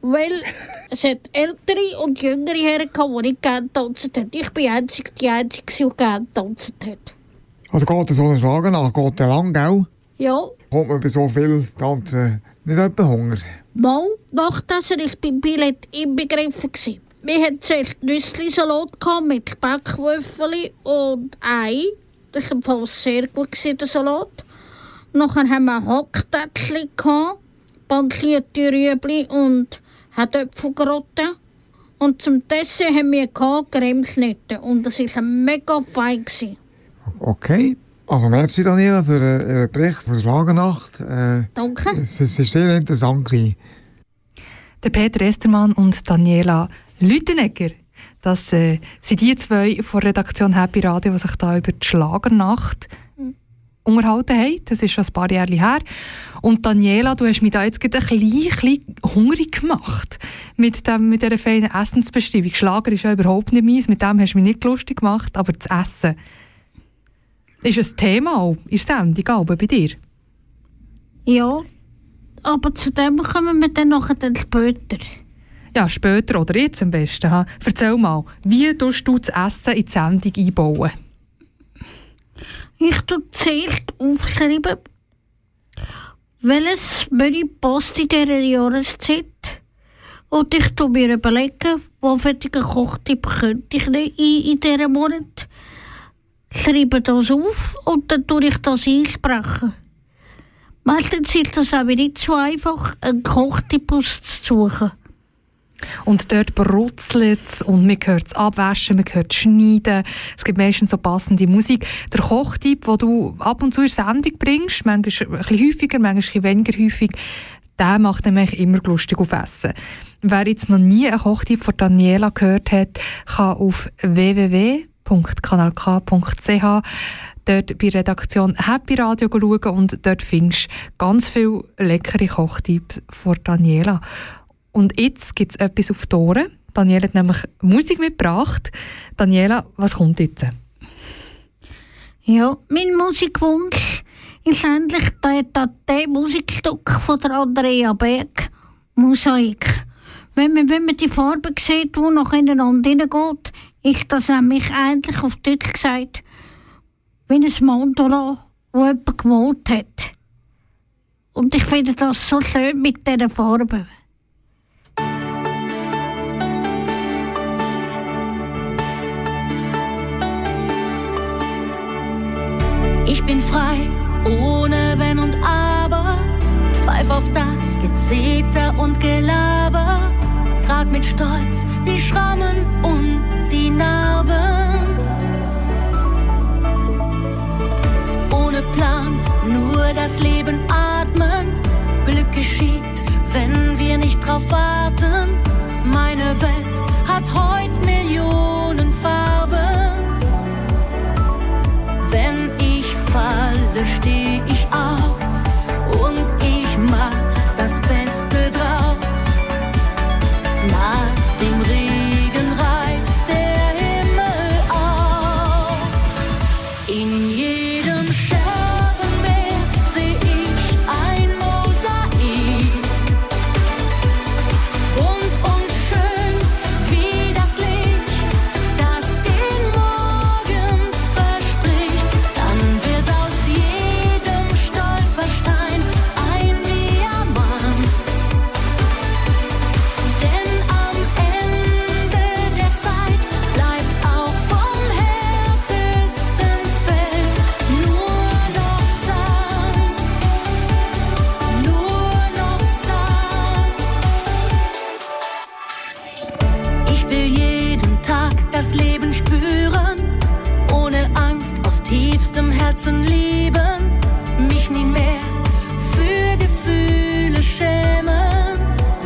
Weil es hat ältere und jüngere Herren gehabt, die nicht gerne tanzen haben. Ich bin einzig, die Einzige, die gerne tanzen hat. Also geht so ein Schlager nach, geht der lang, gell? Ja. Kommt man bei so viel Tanzen nicht etwa Hunger? Mal, nach das war ich beim Billett inbegriffen. Wir hatten zuerst Nüssli-Salat mit Speckwürfeln und Ei. Das war sehr gut, der Salat. Nachher haben wir Hacktätschli, panchierte Rüebli und Herdöpfelgrotte. Und zum Dessert haben wir Cremesnitte. Und das war mega fein. Okay. Also merci Daniela für Ihren Bericht von der Schlagernacht. Äh, Danke. Es, es war sehr interessant. Der Peter Estermann und Daniela Lütenegger. Das äh, sind die zwei von der Redaktion Happy Radio, die sich da über die Schlagernacht mhm. unterhalten haben. Das ist schon ein paar Jahre her. Und Daniela, du hast mich da jetzt gerade ein bisschen, bisschen hungrig gemacht mit, dem, mit dieser feinen Essensbeschreibung. Schlager ist ja überhaupt nicht meins, mit dem hast du mich nicht lustig gemacht, aber das Essen ist ein Thema auch in der Sendung bei dir? Ja, aber zu dem kommen wir dann nachher dann später. Ja, später oder jetzt am besten. Ha? Erzähl mal, wie tust du das Essen in die Sendung einbauen? Ich tue zuerst aufschreiben, welches Menü passt in dieser Jahreszeit. Und ich tue mir überlegen, welchen Kochtipp könnte ich nehmen in diesem Monat. Schreibe das auf und dann tue ich das einsprechen. Meistens ist das auch nicht so einfach, einen Kochtipp auszusuchen. Und dort brutzelt es und man hört es abwaschen, man hört es schneiden. Es gibt meistens so passende Musik. Der Kochtipp, den du ab und zu in Sendung bringst, manchmal ein bisschen häufiger, manchmal ein bisschen weniger häufig, der macht nämlich immer lustig auf Essen. Wer jetzt noch nie einen Kochtipp von Daniela gehört hat, kann auf w w w punkt kanal k punkt c h dort bei Redaktion Happy Radio schauen und dort findest du ganz viele leckere Kochtipps von Daniela. Und jetzt gibt es etwas auf die Ohren. Daniela hat nämlich Musik mitgebracht. Daniela, was kommt jetzt? Ja, mein Musikwunsch ist endlich das Musikstück von der Andrea Berg, Mosaik. Wenn man, wenn man die Farbe sieht, die noch ineinander hineingeht, ist das nämlich eigentlich auf Deutsch gesagt wie ein Mandala, das jemand gemalt hat. Und ich finde das so schön mit diesen Farben. Ich bin frei, ohne Wenn und Aber. Pfeif auf das Gezeter und Gelaber. Trag mit Stolz die Schrammen und die Narben. Ohne Plan, nur das Leben atmen. Glück geschieht, wenn wir nicht drauf warten. Meine Welt hat heute Millionen Farben. Wenn ich falle, steh ich auf und ich mach das Beste draus. Nach dem Regen reißt der Himmel auf. In jedem Scherbenmeer seh ich ein Mosaik. Bunt und schön wie das Licht, das den Morgen verspricht. Dann wird aus jedem Stolperstein ein Diamant. Denn am Ende der Zeit bleibt auch vom härtesten Fels nur noch Sand, nur noch Sand. Ich will jeden Tag das Leben spüren, ohne Angst, aus tiefstem Herzen lieben, mich nie mehr für Gefühle schämen.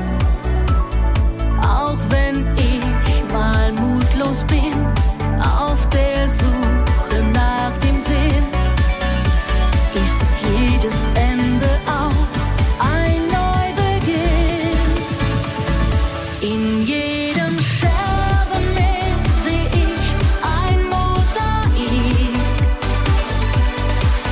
Auch wenn ich mal mutlos bin, auf der Suche nach dem Sinn, ist jedes Ende auch ein Neubeginn. In jedem Scherbenmeer seh ich ein Mosaik.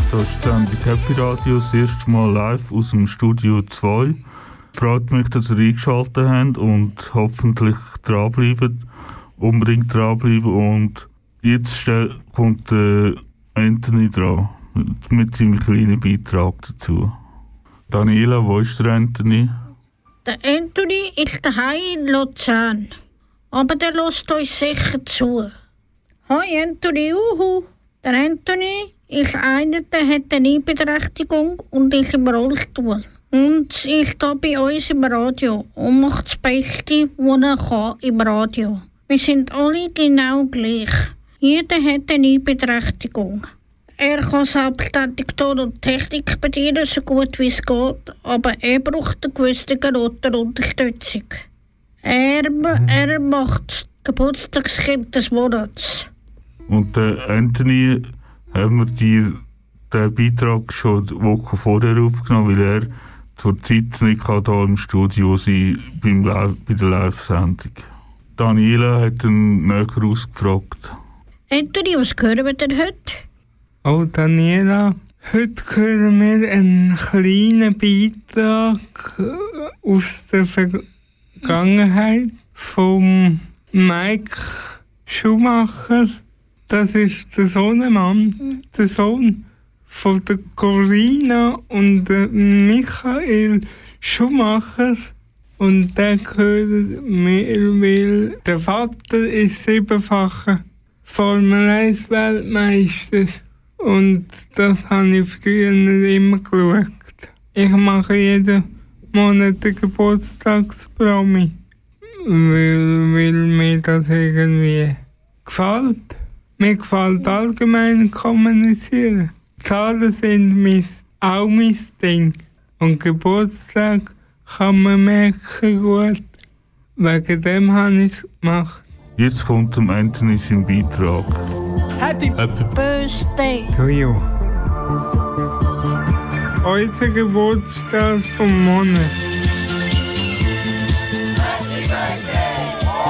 Das ist die Sendung Happy Radio, das erste Mal live aus dem Studio zwei. Freut mich, dass ihr eingeschaltet habt und hoffentlich dranbleibt. Unbedingt dranbleiben. Und jetzt kommt äh, Anthony dran, mit seinem kleinen Beitrag dazu. Daniela, wo ist der Anthony? Der Anthony ist daheim in Luzern. Aber der lässt uns sicher zu. Hi Anthony, uhu. Der Anthony ist einer, der hat eine Einbeeinträchtigung und ist im Rollstuhl. Und ist hier bei uns im Radio und macht das Beste, was er kann im Radio. Wir sind alle genau gleich. Jeder hat eine Einbeeinträchtigung. Er kann selbstständig Ton und Technik bedienen, so gut wie es geht, aber er braucht eine gewisse Notenunterstützung. Er, er macht das Geburtstagskind des Monats. Und der Anthony haben wir die, den Beitrag schon eine Woche vorher aufgenommen, weil er zur Zeit nicht hier im Studio sein beim Live, bei der Live-Sendung. Daniela hat ihn näher ausgefragt. Anthony, was hören wir denn heute? Oh Daniela, heute hören wir einen kleinen Beitrag aus der Vergangenheit vom Mike Schumacher. Das ist der Sohnemann, der Sohn von der Corinna und der Michael Schumacher. Und der gehört mir, weil der Vater ist siebenfacher Formel eins Weltmeister. Und das habe ich früher immer geschaut. Ich mache jeden Monat den Geburtstagspromi, weil, weil mir das irgendwie gefällt. Mir gefällt allgemein kommunizieren. Zahlen sind mein, auch mein Ding. Und Geburtstag kann man merken gut. Wegen dem habe ich es gemacht. Jetzt kommt dem Anthony sein Beitrag. Happy, Happy Birthday to you. Heute Geburtstag vom Monat. Happy Birthday!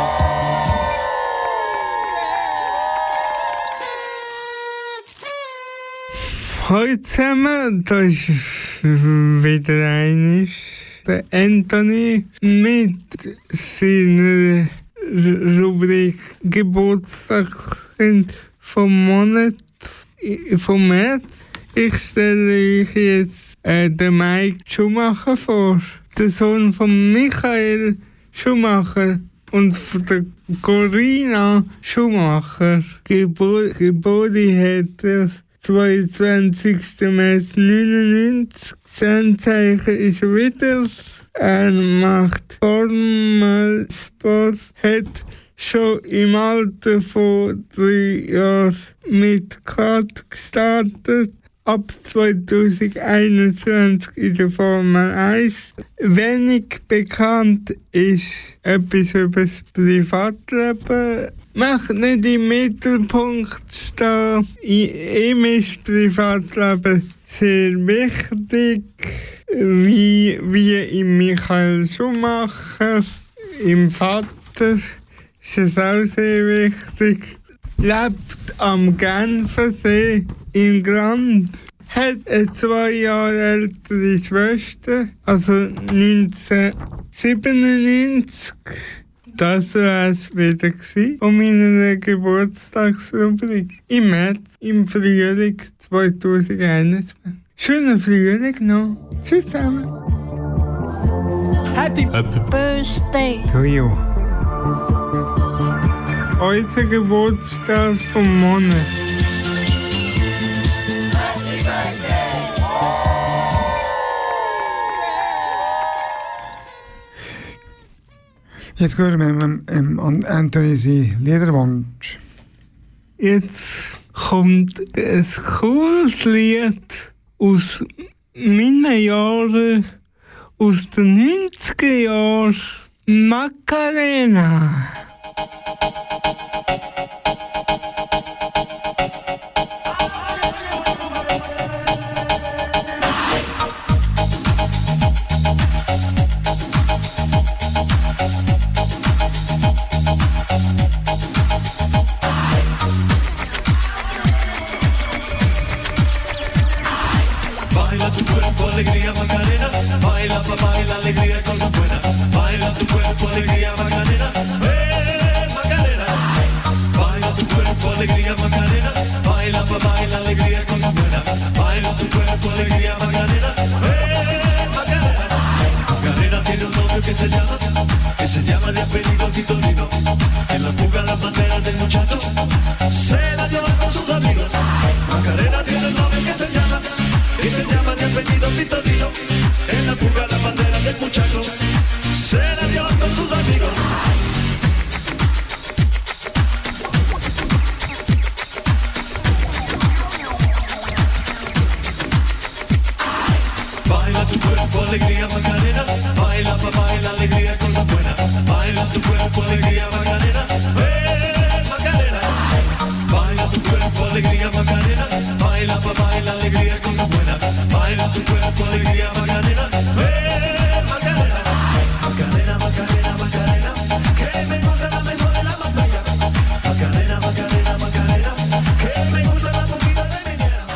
Heute zusammen, das ist wieder einig, der Anthony mit seiner Rubrik Geburtstagskind vom Monat, vom März. Ich stelle euch jetzt äh, den Mike Schumacher vor, der Sohn von Michael Schumacher und von der Corinna Schumacher. Gebur Geburt hat er zweiundzwanzigsten März neunundneunzig. Sein Zeichen ist wieder. Er macht Formel Sport, hat schon im Alter von drei Jahren mit Kart gestartet, ab zweitausendeinundzwanzig in der Formel eins. Wenig bekannt ist etwas über das Privatleben. Macht nicht im Mittelpunkt stehen. Ihm ist das Privatleben sehr wichtig. Wie, wie im Michael Schumacher, im Vater, ist es auch sehr wichtig. Lebt am Genfersee in Grand. Hat eine zwei Jahre ältere Schwester, also neunzehnhundertsiebenundneunzig. Das war es wieder gewesen, von meiner Geburtstagsrubrik. Im März, im Frühling zweitausendeinundzwanzig. Schönen Frühling noch. Tschüss zusammen. Happy, Happy Birthday to you. Heute Geburtstag vom Monat. Happy Birthday! Jetzt hören wir ähm, an Anthony seinen Liederwunsch. Jetzt kommt ein cooles Lied aus meinen Jahren, aus den neunziger Jahren, Macarena. alegría Macarena, baila pa' baila, alegría es cosa buena, baila tu cuerpo, alegría Macarena, eh Macarena, baila tu cuerpo, alegría Macarena, baila pa' baila, alegría es cosa buena, baila tu cuerpo, alegría Macarena, eh Macarena, Macarena tiene un novio que se llama, que se llama de apellido Vitorino, en la fuga las banderas del muchacho, se la lleva con sus amigos, Macarena tiene un novio que se llama, que se llama de apellido Vitorino, en la fuga las banderas del muchacho, se la lleva con sus amigos. Baila tu cuerpo, alegría Macarena, baila pa' baila, alegría es cosa buena, baila tu cuerpo, alegría Macarena, eh Macarena, baila tu cuerpo, alegría Macarena, baila pa' baila, alegría es cosa buena, baila tu cuerpo, alegría Macarena, eh Macarena, Macarena, Macarena, Macarena, que me gusta la mejor de la montaña, Macarena, Macarena, Macarena, que me gusta la boquita de mi nena.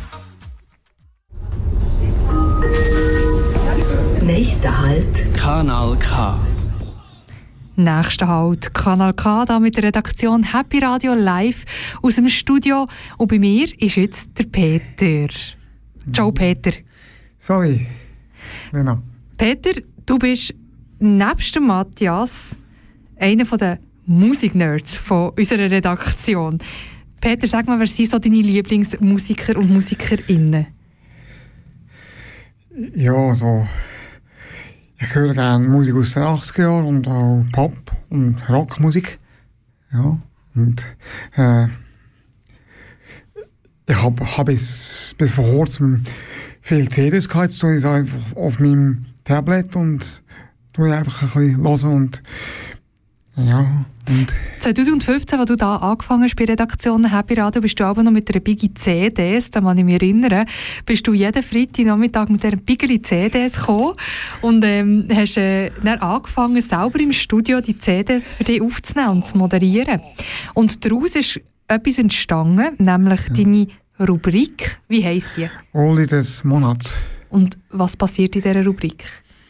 Nächster Halt Kanal K. Nächster Halt Kanal K, da mit der Redaktion Happy Radio live aus dem Studio. Und bei mir ist jetzt der Peter. Ciao Peter. Sorry. Genau. Peter, du bist nebst dem Matthias einer der Musiknerds von unserer Redaktion. Peter, sag mal, wer sind so deine Lieblingsmusiker und Musikerinnen? Ja, so. Ich höre gerne Musik aus den achtziger Jahren und auch Pop und Rockmusik. Ja, und äh, ich habe hab bis, bis vor kurzem viele C Ds gehabt. Jetzt tue ich es einfach auf meinem Tablet und tue ich einfach ein bisschen hören und ja. Und zwanzig fünfzehn, als du da angefangen hast bei Redaktion Happy Radio, bist du aber noch mit einer Biggie C Ds, da kann ich mich erinnern, bist du jeden Freitagnachmittag mit dieser Biggie C Ds gekommen und ähm, hast äh, dann angefangen, selber im Studio die C Ds für dich aufzunehmen und zu moderieren. Und daraus ist etwas entstanden, nämlich ja. deine Rubrik. Wie heisst die? Oldie des Monats. Und was passiert in dieser Rubrik?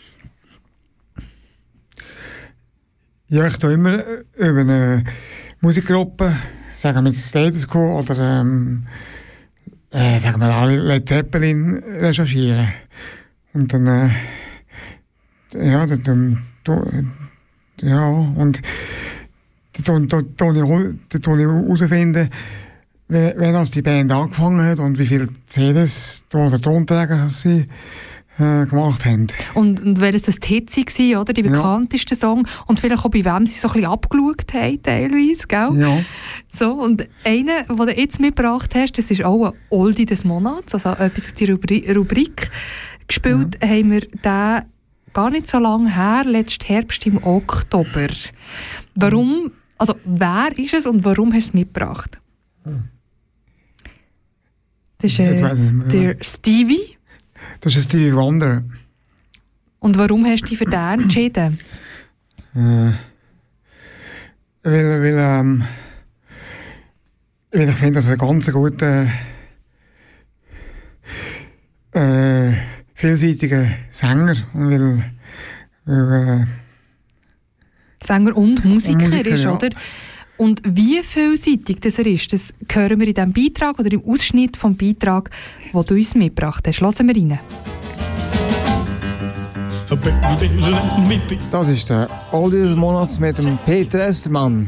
Ja, ich tue immer über eine Musikgruppe, sagen wir jetzt Status Quo oder ähm, äh, sagen wir alle Led Zeppelin recherchieren. Und dann, äh, ja, dann, dann, dann, ja, und dann tue ich herausfinden, wann als die Band angefangen hat und wie viele C Ds oder Tonträger sie äh, gemacht haben. Und, und welches das die Hits waren, oder? Die bekanntesten ja. Song. Und vielleicht auch bei wem sie so ein bisschen abgeschaut haben, teilweise, gell? Ja. So, und einer, den du jetzt mitgebracht hast, das ist auch ein Oldie des Monats, also etwas aus der Rubri- Rubrik. Gespielt ja. haben wir den gar nicht so lange her, letzten Herbst im Oktober. Warum, also wer ist es und warum hast du es mitgebracht? Das ist äh, der Stevie. Das ist Stevie Wonder. Und warum hast du dich für den entschieden? Äh, weil, weil, ähm, weil ich finde, dass er ein ganz guter, äh, vielseitiger Sänger und weil, weil, äh, Sänger und Musiker, und Musiker ist, ja. oder? Und wie vielseitig das er ist, das hören wir in diesem Beitrag oder im Ausschnitt vom Beitrag, den du uns mitgebracht hast. Hören wir rein. Das ist der Oldie des Monats mit dem Peter Estermann.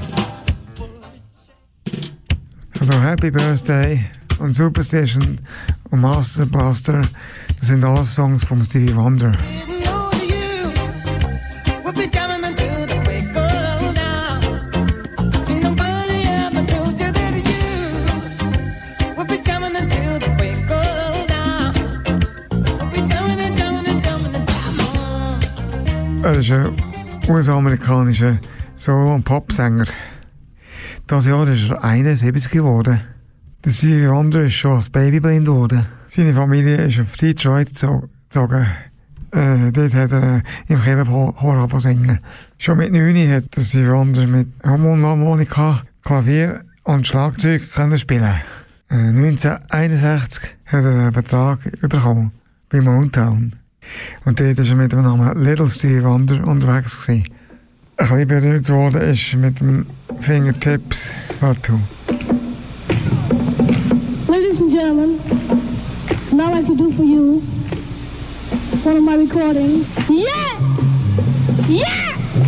Also Happy Birthday und Superstition und Master Blaster, das sind alles Songs von Stevie Wonder. Er ist ein U S-amerikanischer Solo- und Popsänger. Dieses Jahr ist er einundsiebzig geworden. Der Stevie Wonder ist schon als Baby blind geworden. Seine Familie ist auf Detroit gezogen. Äh, dort hat er äh, im Keller angefangen singen. Schon mit neun hat der Stevie Wonder mit Mundharmonika, Klavier und Schlagzeug können spielen. Äh, neunzehnhunderteinundsechzig hat er einen Vertrag bekommen bei Motown. Und dort war er mit dem Namen Little Stevie Wonder unterwegs gewesen. Ein bisschen berührt worden ist mit dem Fingertips Part two. Ladies and gentlemen, now I'd like to do for you one of my recordings. Yeah! Yeah!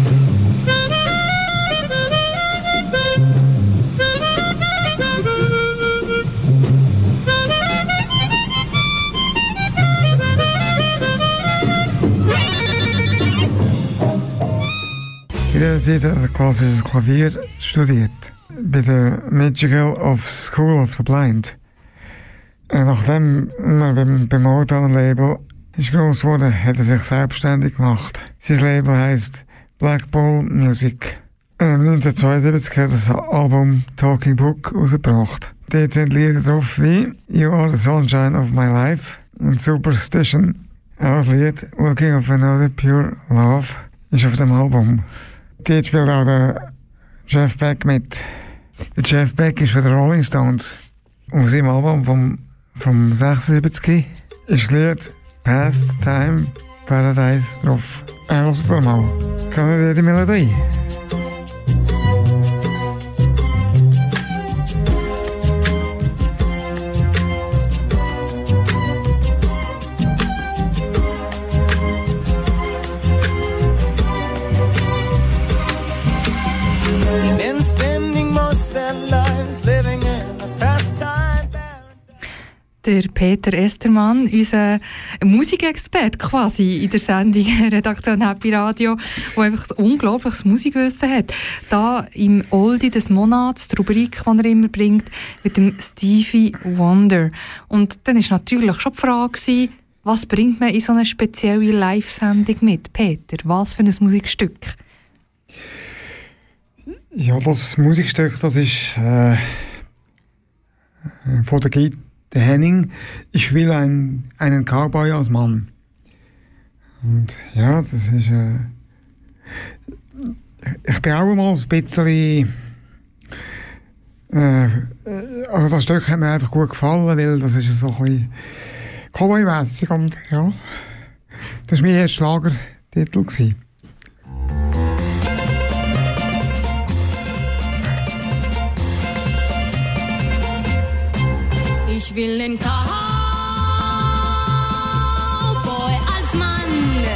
In dieser Zeit hat er klassisches Klavier studiert, bei der Magical School of the Blind. Und nachdem er beim, beim Motown-Label ist gross geworden, hat er sich selbstständig gemacht. Sein Label heisst Black Bull Music. Und neunzehnhundertzweiundsiebzig hat er das Album Talking Book rausgebracht. Dort sind Lieder drauf wie You Are the Sunshine of My Life und Superstition. Auch das Lied Looking of Another Pure Love ist auf dem Album. Dort spielt auch der Jeff Beck mit. Der Jeff Beck ist von den Rolling Stones. Auf seinem Album vom, vom sechsundsiebzig ist das Lied Past Time Paradise drauf. Hört doch mal. Kennt ihr die Melodie? Der Peter Estermann, unser Musikexperte quasi in der Sendung Redaktion Happy Radio, der einfach ein unglaubliches Musikwissen hat. Da im Oldie des Monats, die Rubrik, die er immer bringt, mit dem Stevie Wonder. Und dann war natürlich schon die Frage, was bringt man in so eine spezielle Live-Sendung mit? Peter, was für ein Musikstück? Ja, das Musikstück, das ist äh, von der Gitarre. Der Henning, ich will ein, einen Cowboy als Mann. Und ja, das ist... Äh, ich bin auch mal ein bisschen... Äh, also das Stück hat mir einfach gut gefallen, weil das ist so ein bisschen Cowboy-mässig und ja... Das war mein erster Schlagertitel gewesen. Ich will einen Cowboy als Mann.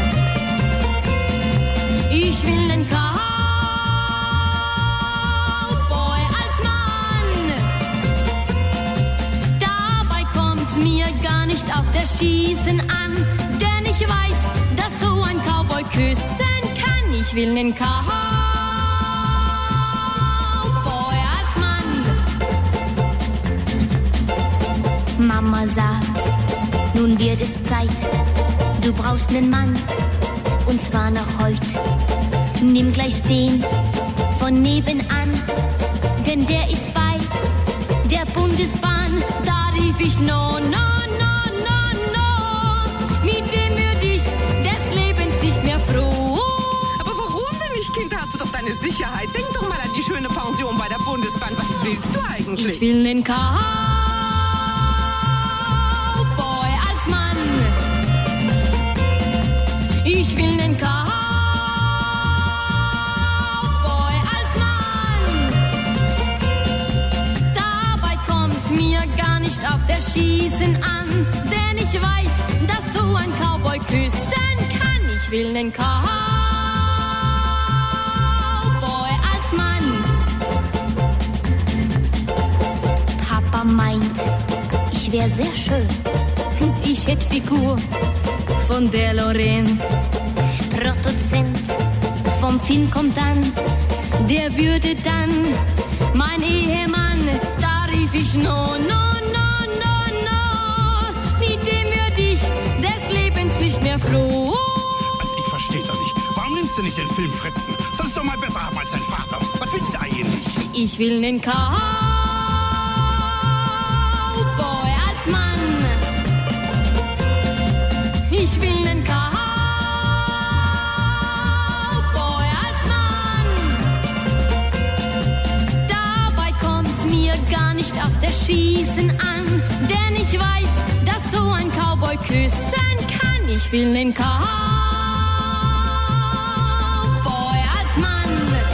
Ich will einen Cowboy als Mann. Dabei kommt's mir gar nicht auf das Schießen an, denn ich weiß, dass so ein Cowboy küssen kann. Ich will einen Cowboy als Mann. Mama sagt, nun wird es Zeit, du brauchst nen Mann, und zwar noch heut. Nimm gleich den von nebenan, denn der ist bei der Bundesbahn. Da rief ich no, no, no, no, no, mit dem würd ich des Lebens nicht mehr froh. Aber warum denn nicht, Kind? Hast du doch deine Sicherheit. Denk doch mal an die schöne Pension bei der Bundesbahn. Was willst du eigentlich? Ich will nen Cowboy als Mann. Ich will nen Cowboy als Mann. Dabei kommt's mir gar nicht auf das Schießen an, denn ich weiß, dass so ein Cowboy küssen kann. Ich will nen Cowboy als Mann. Papa meint, ich wär sehr schön. Ich hätt Figur von der Lorraine. Produzent vom Film kommt dann, der würde dann mein Ehemann. Da rief ich no, no, no, no, no, mit dem würd ich des Lebens nicht mehr froh. Also ich versteh das nicht. Warum nimmst du nicht den Film Fritzen? Sollst du doch mal besser haben als dein Vater. Was willst du eigentlich? Ich will nen Cowboy als Mann. Ich will nen Cowboy als Mann. Dabei kommt's mir gar nicht auf das Schießen an, denn ich weiß, dass so ein Cowboy küssen Ich will nen Cowboy als Mann.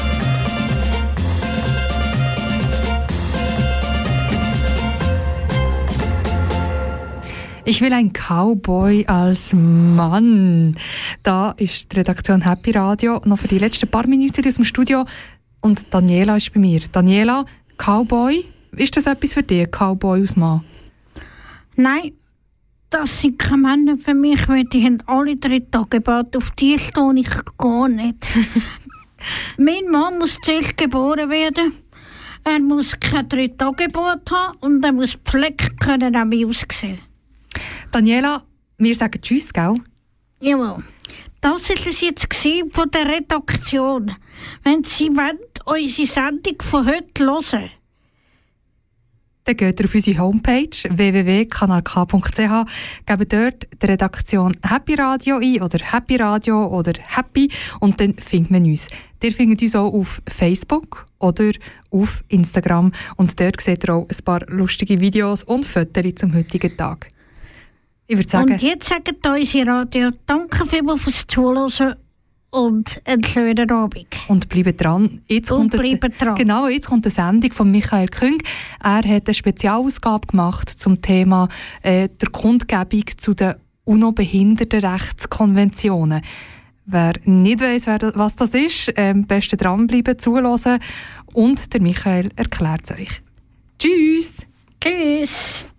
Ich will ein Cowboy als Mann. Da ist die Redaktion Happy Radio noch für die letzten paar Minuten aus dem Studio. Und Daniela ist bei mir. Daniela, Cowboy, ist das etwas für dich, Cowboy als Mann? Nein, das sind keine Männer für mich, weil die haben alle drei Tage auf die stehe ich gar nicht. Mein Mann muss zuerst geboren werden. Er muss keine drei Tage Geburt haben und er muss Fleck können an mir aussehen. Daniela, wir sagen Tschüss, gell? Jawohl. Das war es jetzt von der Redaktion. Wenn Sie wollen, unsere Sendung von heute hören, dann geht ihr auf unsere Homepage w w w punkt kanal k punkt c h, gebt dort die Redaktion Happy Radio ein oder Happy Radio oder Happy und dann findet man uns. Ihr findet uns auch auf Facebook oder auf Instagram und dort seht ihr auch ein paar lustige Videos und Fotos zum heutigen Tag. Ich würde sagen... Und jetzt sagen unsere Radio danke vielmals fürs Zuhören und einen schönen Abend. Und bleibt dran. Jetzt und kommt bleibt eine, dran. Genau, jetzt kommt eine Sendung von Michael Küng. Er hat eine Spezialausgabe gemacht zum Thema äh, der Kundgebung zu den UNO-Behindertenrechtskonventionen. Wer nicht weiss, was das ist, am ähm, besten dranbleiben, zuhören. Und der Michael erklärt es euch. Tschüss! Tschüss!